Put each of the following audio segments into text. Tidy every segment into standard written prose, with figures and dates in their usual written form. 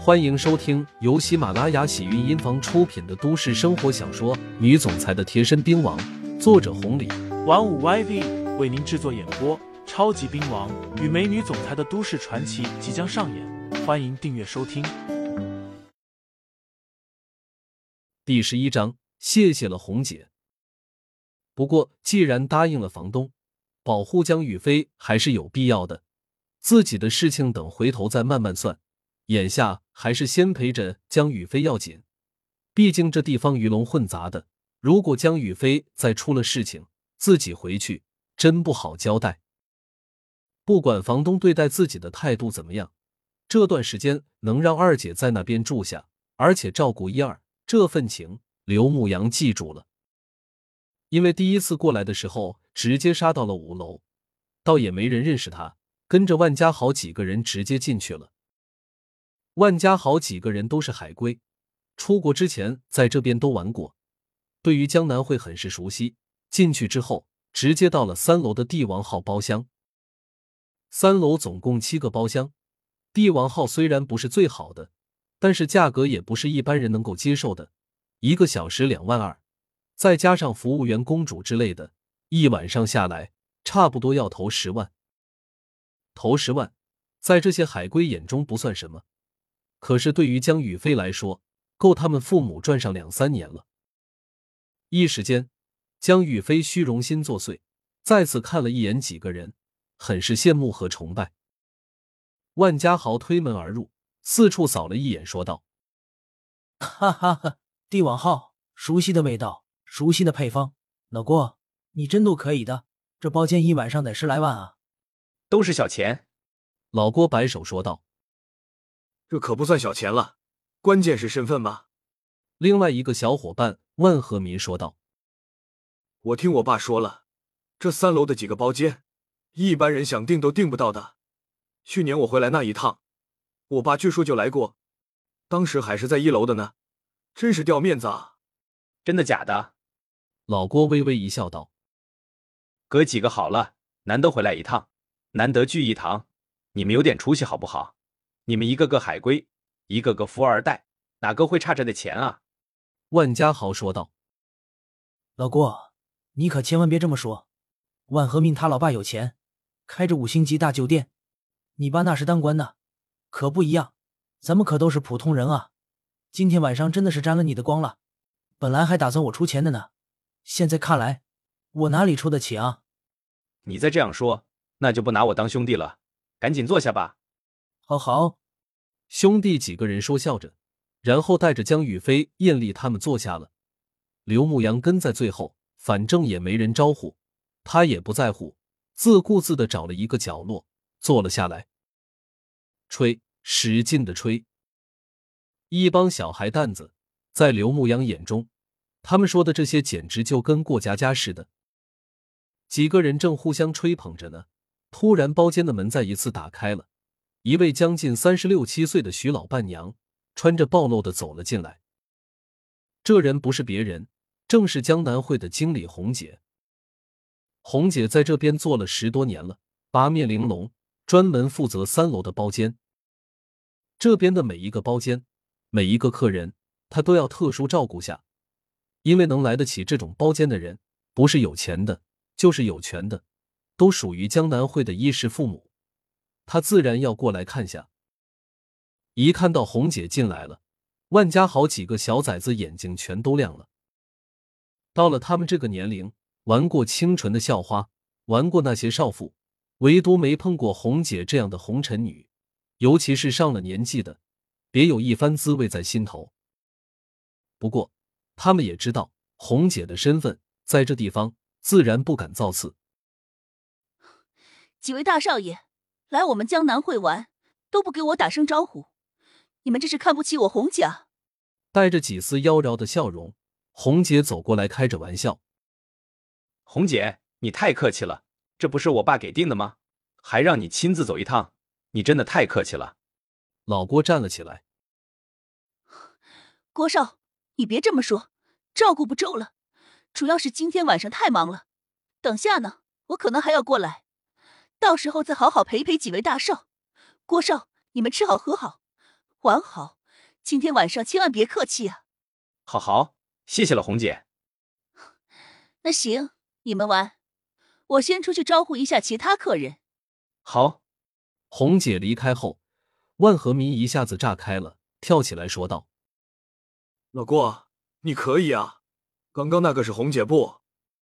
欢迎收听由喜马拉雅喜韵音房出品的都市生活小说《女总裁的贴身兵王》，作者红礼， 玩五 YV 为您制作演播。超级兵王与美女总裁的都市传奇即将上演，欢迎订阅收听。 第11章，谢谢了红姐。不过既然答应了房东，保护江雨飞还是有必要的，自己的事情等回头再慢慢算，眼下还是先陪着江雨飞要紧。毕竟这地方鱼龙混杂的，如果江雨飞再出了事情，自己回去真不好交代。不管房东对待自己的态度怎么样，这段时间能让二姐在那边住下，而且照顾一二，这份情刘牧阳记住了。因为第一次过来的时候直接杀到了5楼，倒也没人认识他，跟着万家好几个人直接进去了。万家好几个人都是海归，出国之前在这边都玩过，对于江南会很是熟悉。进去之后直接到了3楼的帝王号包厢。3楼总共7个包厢，帝王号虽然不是最好的，但是价格也不是一般人能够接受的，1个小时2万2，再加上服务员公主之类的，一晚上下来差不多要投10万。投10万在这些海归眼中不算什么，可是对于江雨飞来说，够他们父母赚上2、3年了。一时间江雨飞虚荣心作祟，再次看了一眼几个人，很是羡慕和崇拜。万家豪推门而入，四处扫了一眼，说道： 哈哈哈，帝王号，熟悉的味道，熟悉的配方，老郭，你真度可以的，这包间一晚上得10来万啊。 都是小钱。 老郭摆手说道： 这可不算小钱了，关键是身份嘛。 另外一个小伙伴万和民说道： 我听我爸说了，这3楼的几个包间一般人想订都订不到的。去年我回来那一趟，我爸据说就来过，当时还是在1楼的呢，真是掉面子啊。 真的假的？ 老郭微微一笑道： 哥几个好了，难得回来一趟，难得聚一堂，你们有点出息好不好？你们一个个海归，一个个富二代，哪个会差这的钱啊？ 万家豪说道： 老郭，你可千万别这么说，万和民他老爸有钱，开着5星级大酒店，你爸那是当官的，可不一样，咱们可都是普通人啊。今天晚上真的是沾了你的光了，本来还打算我出钱的呢，现在看来我哪里出得起啊。 你再这样说，那就不拿我当兄弟了，赶紧坐下吧。 好好。 兄弟几个人说笑着，然后带着江雨飞、艳丽他们坐下了。刘牧阳跟在最后，反正也没人招呼，他也不在乎，自顾自地找了一个角落坐了下来。吹，使劲的吹。一帮小孩蛋子，在刘牧阳眼中，他们说的这些简直就跟过家家似的。几个人正互相吹捧着呢，突然包间的门再一次打开了，一位将近36、7岁的徐老伴娘穿着暴露的走了进来。这人不是别人，正是江南会的经理红姐。红姐在这边做了10多年了，八面玲珑，专门负责3楼的包间。这边的每一个包间，每一个客人，她都要特殊照顾下，因为能来得起这种包间的人，不是有钱的，就是有权的，都属于江南会的衣食父母，她自然要过来看下。一看到红姐进来了，万家好几个小崽子眼睛全都亮了。到了他们这个年龄，玩过清纯的校花，玩过那些少妇，唯独没碰过红姐这样的红尘女，尤其是上了年纪的，别有一番滋味在心头。不过他们也知道红姐的身份，在这地方自然不敢造次。 几位大少爷，来我们江南会玩，都不给我打声招呼，你们这是看不起我红姐啊？ 带着几丝妖娆的笑容，红姐走过来开着玩笑： 红姐，你太客气了，这不是我爸给定的吗？还让你亲自走一趟，你真的太客气了。 老郭站了起来： 郭少，你别这么说，照顾不周了，主要是今天晚上太忙了，等下呢，我可能还要过来，到时候再好好陪陪几位大少。郭少，你们吃好喝好，玩好， 今天晚上千万别客气啊。 好，谢谢了，红姐。 那行，你们玩，我先出去招呼一下其他客人。 好。 红姐离开后，万和民一下子炸开了，跳起来说道：“ 老郭，你可以啊！刚刚那个是红姐不？”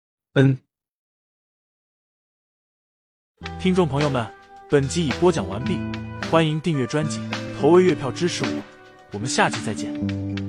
听众朋友们，本集已播讲完毕，欢迎订阅专辑，投喂月票支持我，我们下集再见。